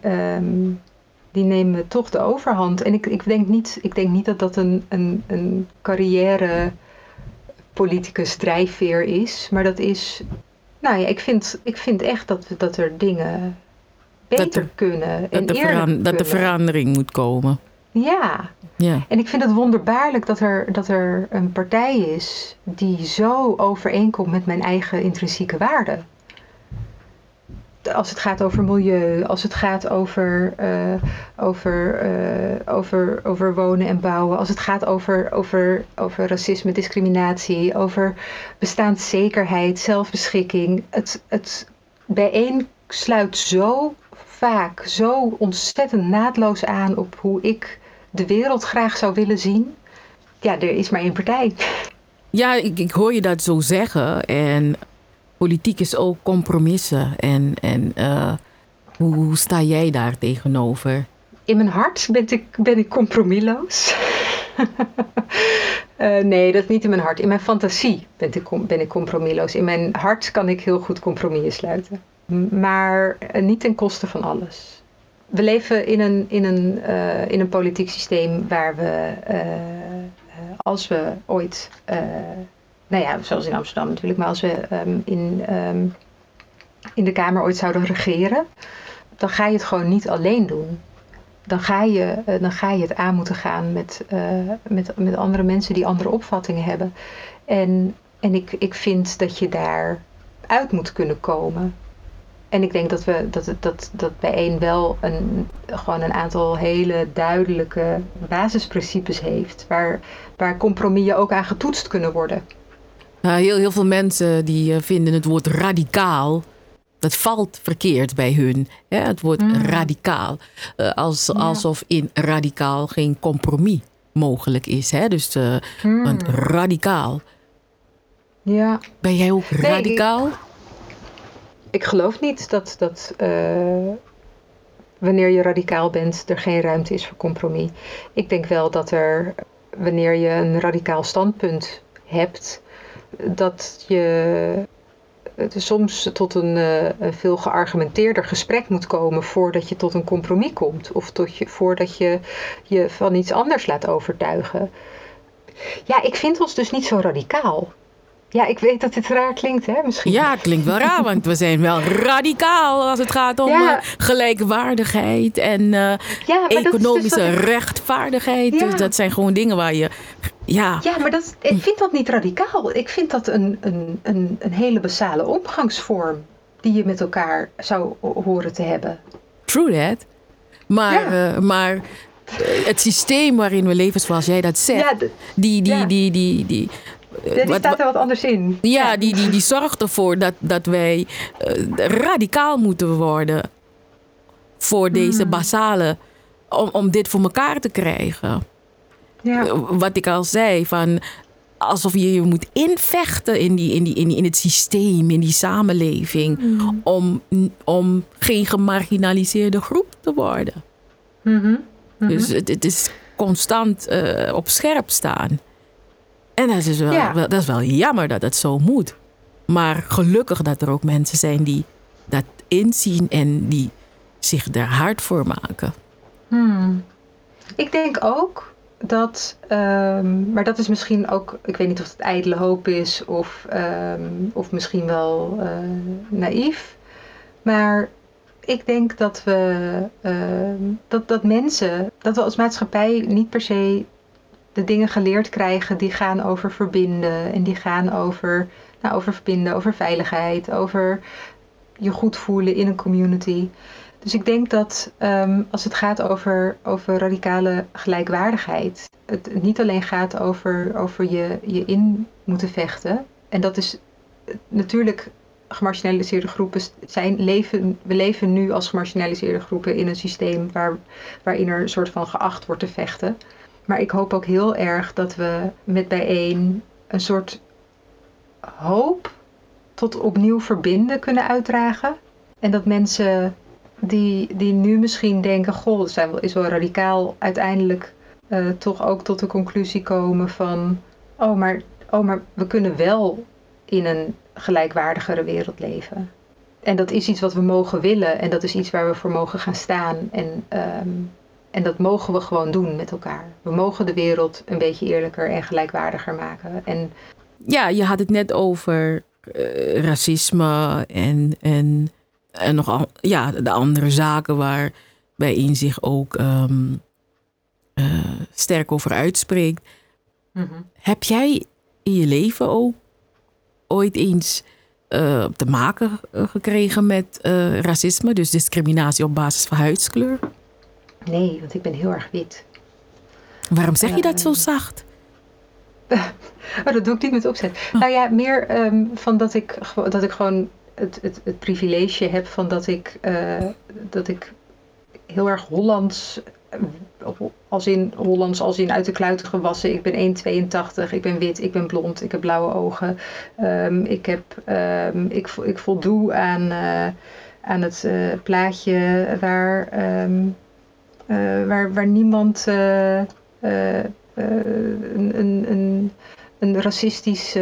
Speaker 2: nemen toch de overhand. En ik denk niet dat dat een carrière politicus drijfveer is. Maar dat is... Nou ja, ik vind echt dat er dingen beter kunnen en eerlijk kunnen.
Speaker 1: Dat er verandering moet komen.
Speaker 2: Ja. En ik vind het wonderbaarlijk dat er een partij is die zo overeenkomt met mijn eigen intrinsieke waarden. Als het gaat over milieu, als het gaat over wonen en bouwen, als het gaat over racisme, discriminatie, over bestaanszekerheid, zelfbeschikking. Het bijeen sluit zo vaak, zo ontzettend naadloos aan op hoe ik de wereld graag zou willen zien. Ja, er is maar één partij.
Speaker 1: Ja, ik hoor je dat zo zeggen. En politiek is ook compromissen. En hoe sta jij daar tegenover?
Speaker 2: In mijn hart ben ik compromisloos. Nee, dat is niet in mijn hart. In mijn fantasie ben ik compromisloos. In mijn hart kan ik heel goed compromissen sluiten. Maar niet ten koste van alles. We leven in een politiek systeem waar we, als we ooit, zoals in Amsterdam natuurlijk, maar als we in de Kamer ooit zouden regeren, dan ga je het gewoon niet alleen doen. Dan ga je het aan moeten gaan met andere mensen die andere opvattingen hebben. En ik vind dat je daar uit moet kunnen komen. En ik denk dat bijeen wel gewoon een aantal hele duidelijke basisprincipes heeft. Waar compromissen ook aan getoetst kunnen worden.
Speaker 1: Heel veel mensen die vinden het woord radicaal. Dat valt verkeerd bij hun. Hè? Het woord radicaal. Alsof in radicaal geen compromis mogelijk is. Hè? Dus want radicaal.
Speaker 2: Ja.
Speaker 1: Ben jij ook radicaal?
Speaker 2: Ik geloof niet dat wanneer je radicaal bent, er geen ruimte is voor compromis. Ik denk wel dat wanneer je een radicaal standpunt hebt, dat je soms tot een veel geargumenteerder gesprek moet komen voordat je tot een compromis komt. Of voordat je je van iets anders laat overtuigen. Ja, ik vind ons dus niet zo radicaal. Ja, ik weet dat dit raar klinkt, hè, misschien.
Speaker 1: Ja, het klinkt wel raar, want we zijn wel radicaal als het gaat om gelijkwaardigheid en economische rechtvaardigheid.
Speaker 2: Ja.
Speaker 1: Dus dat zijn gewoon dingen waar je... Ja,
Speaker 2: maar ik vind dat niet radicaal. Ik vind dat een hele basale omgangsvorm die je met elkaar zou horen te hebben.
Speaker 1: true that. Maar het systeem waarin we leven, zoals jij dat zegt, die
Speaker 2: staat er wat anders in.
Speaker 1: Ja, die zorgt ervoor dat wij radicaal moeten worden voor deze basale, om dit voor elkaar te krijgen. Ja. Wat ik al zei, van alsof je je moet invechten in het systeem, in die samenleving, om geen gemarginaliseerde groep te worden. Dus het is constant op scherp staan. En dat is wel jammer dat het zo moet. Maar gelukkig dat er ook mensen zijn die dat inzien en die zich daar hard voor maken.
Speaker 2: Ik denk ook dat, maar dat is misschien ook, ik weet niet of het ijdele hoop is of misschien wel naïef. Maar ik denk dat dat we als maatschappij niet per se de dingen geleerd krijgen die gaan over verbinden. En die gaan over verbinden, over veiligheid, over je goed voelen in een community. Dus ik denk dat als het gaat over radicale gelijkwaardigheid, het niet alleen gaat over je in moeten vechten. En dat is natuurlijk, gemarginaliseerde groepen we leven nu als gemarginaliseerde groepen in een systeem waarin er een soort van geacht wordt te vechten. Maar ik hoop ook heel erg dat we met bijeen een soort hoop tot opnieuw verbinden kunnen uitdragen. En dat mensen die nu misschien denken, goh, dat is wel radicaal, uiteindelijk toch ook tot de conclusie komen van, oh, maar we kunnen wel in een gelijkwaardigere wereld leven. En dat is iets wat we mogen willen en dat is iets waar we voor mogen gaan staan. En dat mogen we gewoon doen met elkaar. We mogen de wereld een beetje eerlijker en gelijkwaardiger maken. En
Speaker 1: ja, je had het net over racisme en nog de andere zaken waar bijeen zich ook sterk over uitspreekt. Heb jij in je leven ook ooit eens te maken gekregen met racisme, dus discriminatie op basis van huidskleur?
Speaker 2: Nee, want ik ben heel erg wit.
Speaker 1: Waarom zeg je dat zo zacht?
Speaker 2: Dat doe ik niet met opzet. Nou ja, meer van dat ik gewoon het privilege heb van dat ik heel erg Hollands, als in uit de kluiten gewassen. Ik ben 1,82, ik ben wit, ik ben blond, ik heb blauwe ogen. Ik voldoe aan het plaatje waar niemand een racistisch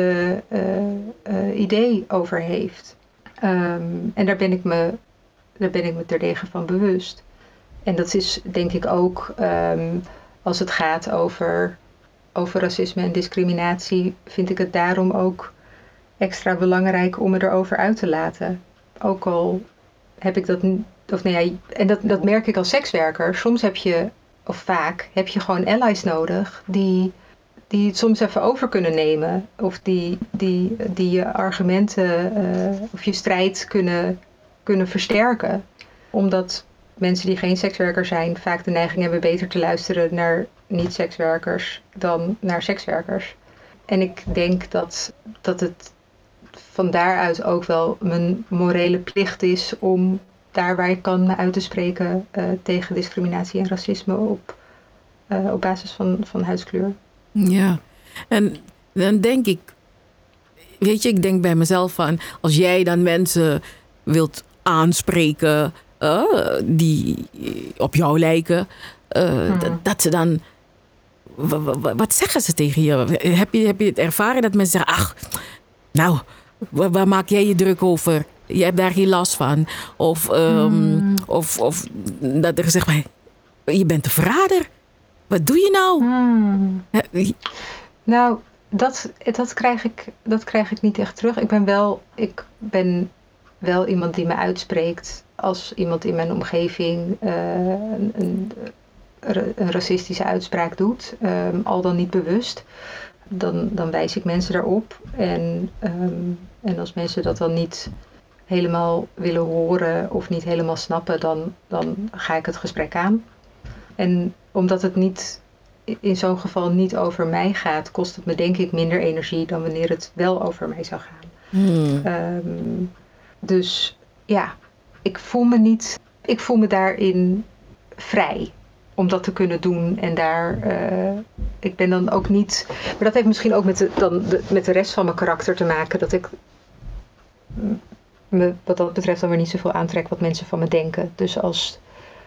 Speaker 2: idee over heeft. En daar ben ik me terdege van bewust. En dat is denk ik ook als het gaat over racisme en discriminatie, vind ik het daarom ook extra belangrijk om me erover uit te laten. Ook al heb ik dat, en dat merk ik als sekswerker. Soms vaak heb je gewoon allies nodig die het soms even over kunnen nemen. Of die je argumenten of je strijd kunnen versterken. Omdat mensen die geen sekswerker zijn vaak de neiging hebben beter te luisteren naar niet-sekswerkers dan naar sekswerkers. En ik denk dat het van daaruit ook wel mijn morele plicht is om daar waar ik kan me uit te spreken tegen discriminatie en racisme op basis van huidskleur. Ja,
Speaker 1: en dan denk ik, ik denk bij mezelf van, als jij dan mensen wilt aanspreken die op jou lijken, dat ze dan, wat zeggen ze tegen je? Heb je het ervaren dat mensen zeggen, ach, nou, waar maak jij je druk over? Je hebt daar geen last van. Of dat er gezegd wordt, je bent een verrader. Wat doe je nou?
Speaker 2: Nou, dat krijg ik niet echt terug. Ik ben wel iemand die me uitspreekt als iemand in mijn omgeving een racistische uitspraak doet, al dan niet bewust. Dan wijs ik mensen daarop. En als mensen dat dan niet helemaal willen horen of niet helemaal snappen, dan ga ik het gesprek aan. En omdat het niet in zo'n geval niet over mij gaat, kost het me denk ik minder energie dan wanneer het wel over mij zou gaan. Dus ja, ik voel me daarin vrij om dat te kunnen doen. En ik ben dan ook niet, maar dat heeft misschien ook met de rest van mijn karakter te maken, dat ik me wat dat betreft dan weer niet zoveel aantrek wat mensen van me denken. Dus als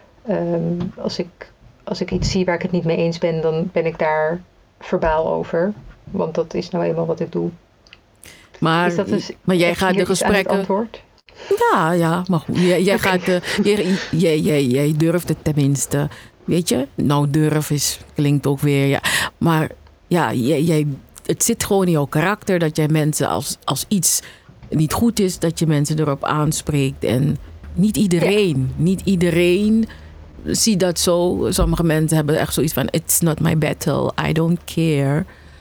Speaker 2: ik iets zie waar ik het niet mee eens ben, dan ben ik daar verbaal over. Want dat is nou eenmaal wat ik doe.
Speaker 5: Maar jij gaat de gesprekken. Ja, maar goed. Jij gaat jij durft het tenminste. Weet je? Nou, klinkt ook weer. Ja. Maar ja, het zit gewoon in jouw karakter dat jij mensen als iets niet goed is, dat je mensen erop aanspreekt. En niet iedereen ziet dat zo. Sommige mensen hebben echt zoiets van, it's not my battle, I don't care.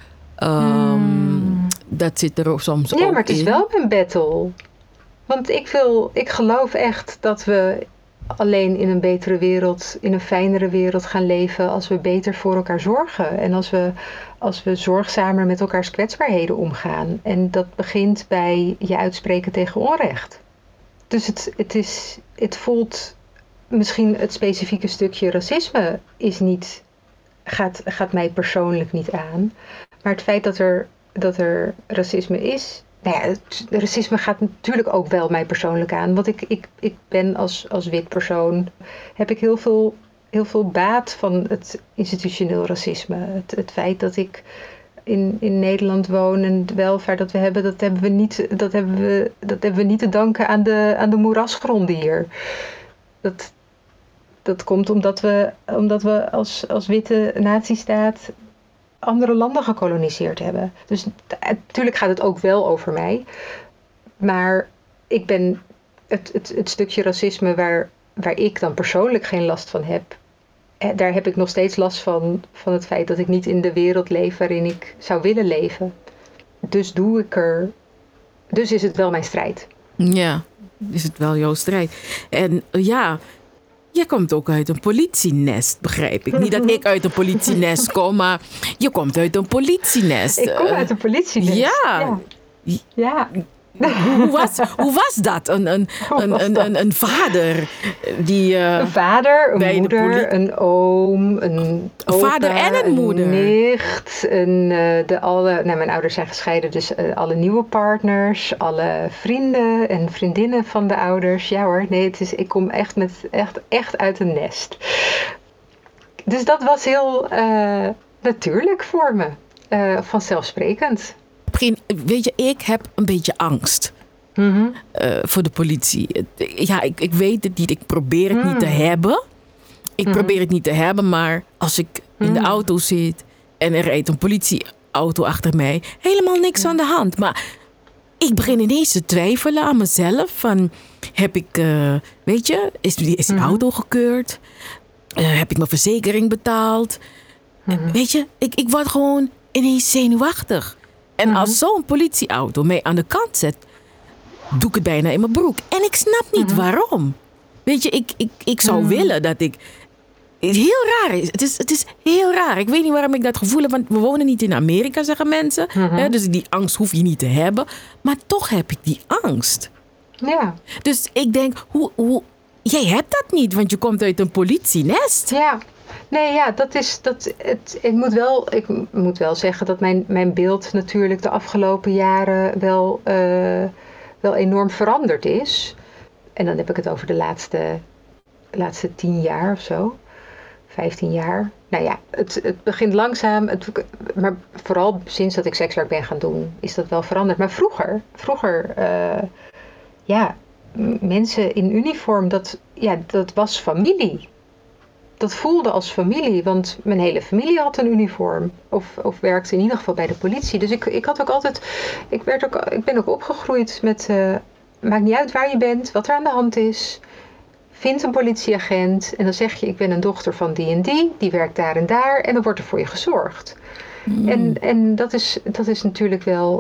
Speaker 5: Dat zit er ook soms ook in.
Speaker 2: Ja, maar het is wel mijn battle. Want ik geloof echt dat we alleen in een betere wereld, in een fijnere wereld gaan leven als we beter voor elkaar zorgen. En als we zorgzamer met elkaars kwetsbaarheden omgaan. En dat begint bij je uitspreken tegen onrecht. Dus het voelt, misschien het specifieke stukje racisme gaat mij persoonlijk niet aan. Maar het feit dat er racisme is. Nou ja, racisme gaat natuurlijk ook wel mij persoonlijk aan. Want ik ben als wit persoon, heb ik heel veel baat van het institutioneel racisme. Het feit dat ik in Nederland woon en de welvaart dat we hebben, dat hebben we niet te danken aan de moerasgronden hier. Dat komt omdat we als witte natiestaat andere landen gekoloniseerd hebben. Dus natuurlijk gaat het ook wel over mij. Maar ik ben het stukje racisme waar ik dan persoonlijk geen last van heb. Daar heb ik nog steeds last van het feit dat ik niet in de wereld leef waarin ik zou willen leven. Dus Dus is het wel mijn strijd.
Speaker 5: Ja, is het wel jouw strijd. En ja, je komt ook uit een politienest, begrijp ik. Niet dat ik uit een politienest kom, maar je komt uit een politienest.
Speaker 2: Ik kom uit een politienest. Ja.
Speaker 5: Hoe was dat? Een vader die...
Speaker 2: een vader, een moeder, een oom, een
Speaker 5: vader en een moeder.
Speaker 2: Een nicht, mijn ouders zijn gescheiden, dus alle nieuwe partners, alle vrienden en vriendinnen van de ouders. Ja hoor, nee, ik kom echt uit een nest. Dus dat was heel natuurlijk voor me, vanzelfsprekend.
Speaker 5: Weet je, ik heb een beetje angst voor de politie. Ja, ik weet het niet. Ik probeer het niet te hebben. Ik probeer het niet te hebben, maar als ik in de auto zit en er rijdt een politieauto achter mij, helemaal niks aan de hand. Maar ik begin ineens te twijfelen aan mezelf van, heb ik, weet je, is die auto gekeurd? Heb ik mijn verzekering betaald? Weet je, ik word gewoon ineens zenuwachtig. En als zo'n politieauto mij aan de kant zet, doe ik het bijna in mijn broek. En ik snap niet waarom. Weet je, ik zou willen dat ik... Het heel raar is. Het is heel raar. Ik weet niet waarom ik dat gevoel heb. Want we wonen niet in Amerika, zeggen mensen. Dus die angst hoef je niet te hebben. Maar toch heb ik die angst.
Speaker 2: Ja.
Speaker 5: Dus ik denk, jij hebt dat niet. Want je komt uit een politienest.
Speaker 2: Ja. Nee, ja, ik moet wel zeggen dat mijn beeld natuurlijk de afgelopen jaren wel enorm veranderd is. En dan heb ik het over de laatste 10 jaar of zo. 15 jaar. Nou ja, het begint langzaam. Maar vooral sinds dat ik sekswerk ben gaan doen, is dat wel veranderd. Maar vroeger mensen in uniform, dat was familie. dat voelde als familie. Want mijn hele familie had een uniform. Of werkte in ieder geval bij de politie. Dus ik had ook altijd... Ik ben ook opgegroeid met... maakt niet uit waar je bent, wat er aan de hand is. Vind een politieagent. En dan zeg je, ik ben een dochter van die en die werkt daar en daar. En dan wordt er voor je gezorgd. En dat is natuurlijk wel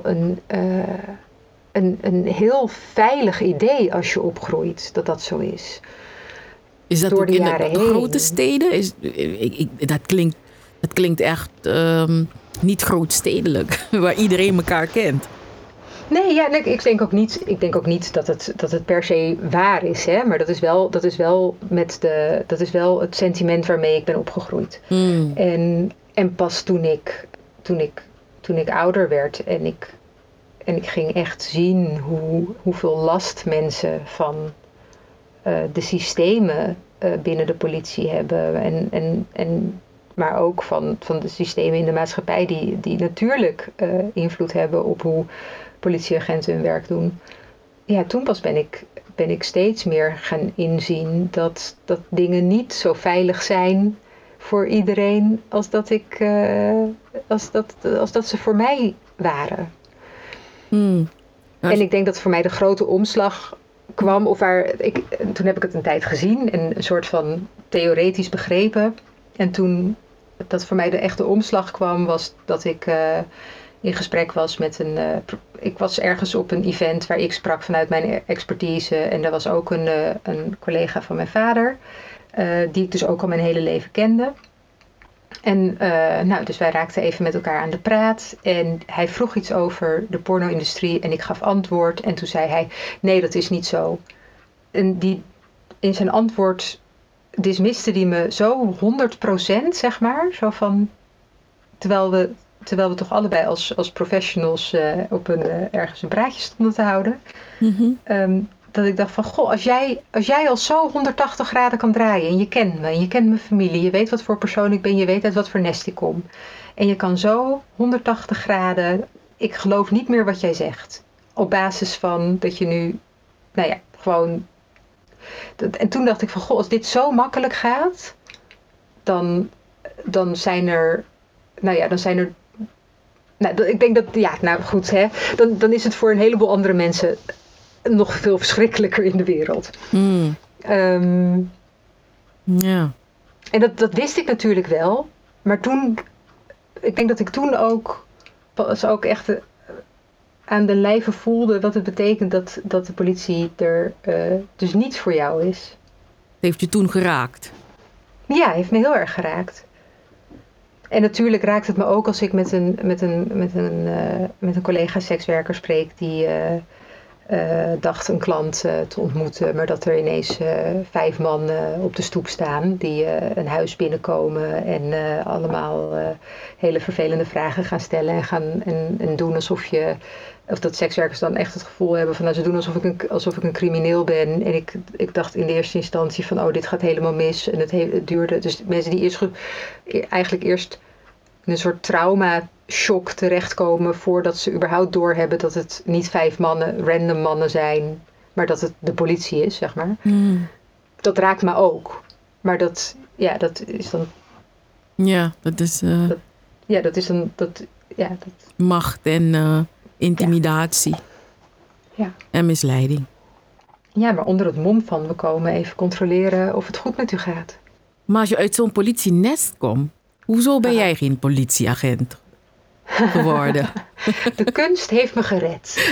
Speaker 2: een heel veilig idee als je opgroeit. Dat zo is.
Speaker 5: Is dat
Speaker 2: door
Speaker 5: ook
Speaker 2: de
Speaker 5: in
Speaker 2: jaren
Speaker 5: de
Speaker 2: heen.
Speaker 5: grote steden? Dat klinkt echt niet grootstedelijk, waar iedereen elkaar kent.
Speaker 2: Nee, ik denk ook niet dat het per se waar is, hè? Maar dat is wel het sentiment waarmee ik ben opgegroeid. En pas toen ik ouder werd en ik ging echt zien hoeveel last mensen van de systemen binnen de politie hebben. Maar ook van de systemen in de maatschappij die natuurlijk invloed hebben op hoe politieagenten hun werk doen. Ja, toen pas ben ik steeds meer gaan inzien dat dingen niet zo veilig zijn voor iedereen als dat ze voor mij waren. En ik denk dat voor mij de grote omslag kwam, toen heb ik het een tijd gezien en een soort van theoretisch begrepen. En toen dat voor mij de echte omslag kwam, was dat ik in gesprek was met ik was ergens op een event waar ik sprak vanuit mijn expertise. En er was ook een collega van mijn vader, die ik dus ook al mijn hele leven kende. En dus wij raakten even met elkaar aan de praat. En hij vroeg iets over de porno-industrie en ik gaf antwoord. En toen zei hij, nee, dat is niet zo. En in zijn antwoord dismiste hij me zo 100%, zeg maar. Zo van, terwijl we toch allebei als professionals ergens een praatje stonden te houden. Dat ik dacht van, goh, als jij al zo 180 graden kan draaien en je kent me, en je kent mijn familie, je weet wat voor persoon ik ben, je weet uit wat voor nest ik kom. En je kan zo 180 graden, ik geloof niet meer wat jij zegt. Op basis van dat je nu, gewoon... En toen dacht ik van, goh, als dit zo makkelijk gaat, dan zijn er... ik denk dat, goed, hè. Dan is het voor een heleboel andere mensen nog veel verschrikkelijker in de wereld.
Speaker 5: Ja.
Speaker 2: En dat wist ik natuurlijk wel. Maar toen, ik denk dat ik toen ook echt aan de lijve voelde wat het betekent dat de politie er dus niet voor jou is.
Speaker 5: Dat heeft je toen geraakt?
Speaker 2: Ja, heeft me heel erg geraakt. En natuurlijk raakt het me ook als ik met een collega sekswerker spreek die dacht een klant te ontmoeten, maar dat er ineens 5 man op de stoep staan die een huis binnenkomen en allemaal hele vervelende vragen gaan stellen en doen alsof dat sekswerkers dan echt het gevoel hebben van ze doen alsof ik een crimineel ben. En ik dacht in de eerste instantie van dit gaat helemaal mis. En het duurde. Dus mensen die eigenlijk eerst in een soort trauma-shock terechtkomen voordat ze überhaupt doorhebben dat het niet 5 mannen, random mannen zijn, maar dat het de politie is, zeg maar. Dat raakt me ook. Maar dat is dan...
Speaker 5: Ja, dat is...
Speaker 2: dat is dan...
Speaker 5: Macht en intimidatie.
Speaker 2: Ja.
Speaker 5: En misleiding.
Speaker 2: Ja, maar onder het mom van we komen even controleren of het goed met u gaat.
Speaker 5: Maar als je uit zo'n politienest komt, hoezo ben jij geen politieagent geworden?
Speaker 2: De kunst heeft me gered.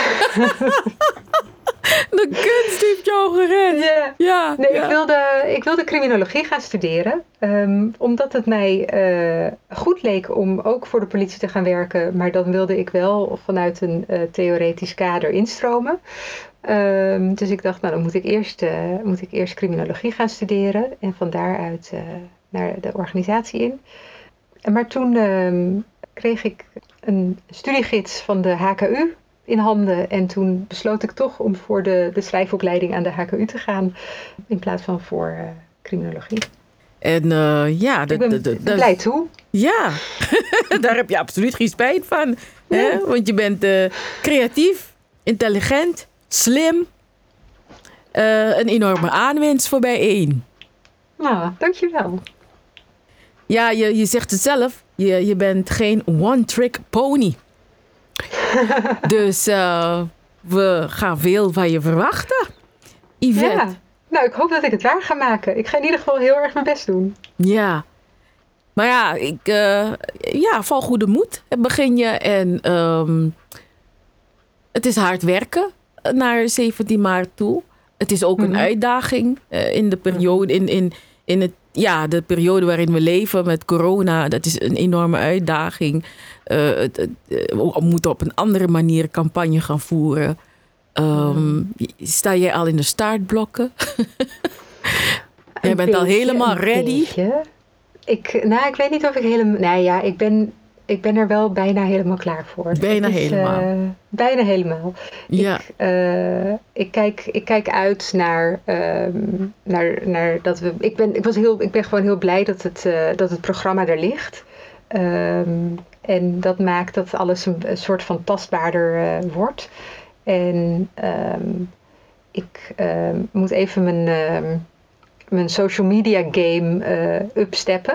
Speaker 5: De kunst heeft jou gered.
Speaker 2: Yeah.
Speaker 5: Ja.
Speaker 2: Nee,
Speaker 5: ja.
Speaker 2: Ik wilde criminologie gaan studeren. Omdat het mij goed leek om ook voor de politie te gaan werken. Maar dan wilde ik wel vanuit een theoretisch kader instromen. Dus ik dacht, dan moet ik eerst criminologie gaan studeren. En van daaruit naar de organisatie in. Maar toen kreeg ik een studiegids van de HKU in handen. En toen besloot ik toch om voor de schrijfopleiding aan de HKU te gaan. In plaats van voor criminologie.
Speaker 5: En
Speaker 2: ik ben blij toe.
Speaker 5: Ja, daar heb je absoluut geen spijt van. Ja. Hè? Want je bent creatief, intelligent, slim. Een enorme aanwinst voor bijeen.
Speaker 2: Nou, dankjewel.
Speaker 5: Ja, je zegt het zelf. Je bent geen one-trick pony. Dus we gaan veel van je verwachten, Yvette.
Speaker 2: Ja. Nou, ik hoop dat ik het waar ga maken. Ik ga in ieder geval heel erg mijn best doen.
Speaker 5: Ja. Maar ja, val goede moed. Begin je. En het is hard werken naar 17 maart toe. Het is ook een uitdaging in de periode, de periode waarin we leven met corona. Dat is een enorme uitdaging. We moeten op een andere manier campagne gaan voeren. Sta jij al in de startblokken? Jij bent al helemaal ready?
Speaker 2: Ik weet niet of ik helemaal... Nou ja, ik ben er wel bijna helemaal klaar voor.
Speaker 5: Bijna helemaal.
Speaker 2: Bijna helemaal.
Speaker 5: Ja.
Speaker 2: Ik kijk uit naar dat we... Ik ben gewoon heel blij dat het programma er ligt. En dat maakt dat alles een soort van tastbaarder wordt. En ik moet even mijn social media game upsteppen.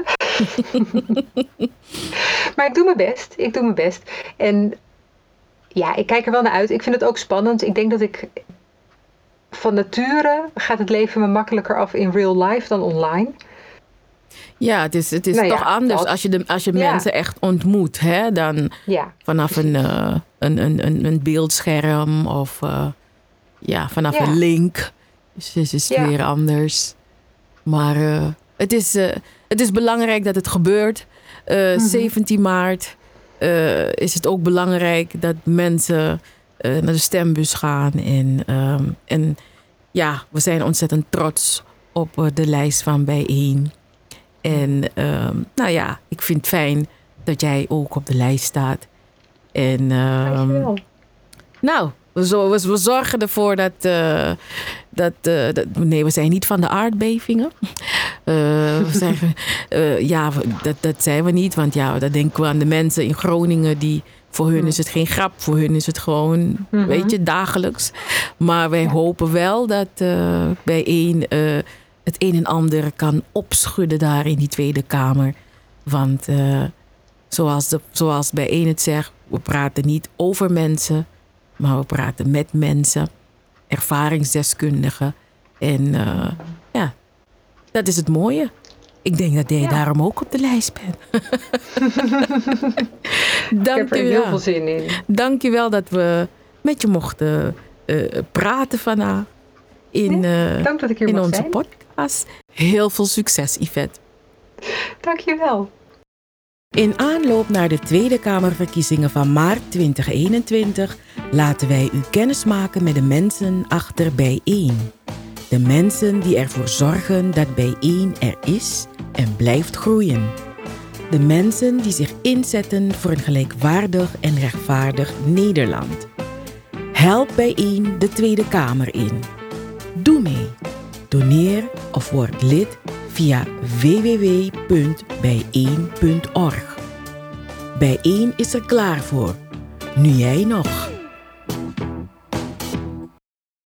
Speaker 2: Maar ik doe mijn best. En ja, ik kijk er wel naar uit. Ik vind het ook spannend. Ik denk dat van nature gaat het leven me makkelijker af in real life dan online.
Speaker 5: Ja, het is toch anders als je mensen echt ontmoet, hè? Dan vanaf een beeldscherm of vanaf een link. Dus is het weer anders. Maar het is belangrijk dat het gebeurt. 17 maart is het ook belangrijk dat mensen naar de stembus gaan. En we zijn ontzettend trots op de lijst van Bijeen. En ik vind het fijn dat jij ook op de lijst staat. En we zorgen ervoor nee, we zijn niet van de aardbevingen. Dat zijn we niet. Want dat denken we aan de mensen in Groningen die... Voor hun is het geen grap. Voor hun is het gewoon, dagelijks. Maar wij hopen wel dat Bijeen het een en ander kan opschudden daar in die Tweede Kamer. Want zoals Bijeen het zegt, we praten niet over mensen, maar we praten met mensen, ervaringsdeskundigen. En dat is het mooie. Ik denk dat jij daarom ook op de lijst bent.
Speaker 2: Ik heb er heel veel zin in.
Speaker 5: Dank je wel dat we met je mochten praten vandaag
Speaker 2: dank dat ik hier
Speaker 5: in
Speaker 2: mag
Speaker 5: onze
Speaker 2: zijn.
Speaker 5: podcast. Heel veel succes, Yvette.
Speaker 2: Dank je wel.
Speaker 1: In aanloop naar de Tweede Kamerverkiezingen van maart 2021 laten wij u kennismaken met de mensen achter Bijeen. De mensen die ervoor zorgen dat Bijeen er is en blijft groeien. De mensen die zich inzetten voor een gelijkwaardig en rechtvaardig Nederland. Help Bijeen de Tweede Kamer in. Doe mee. Doneer of word lid via www.bijeen.org. Bijeen is er klaar voor. Nu jij nog.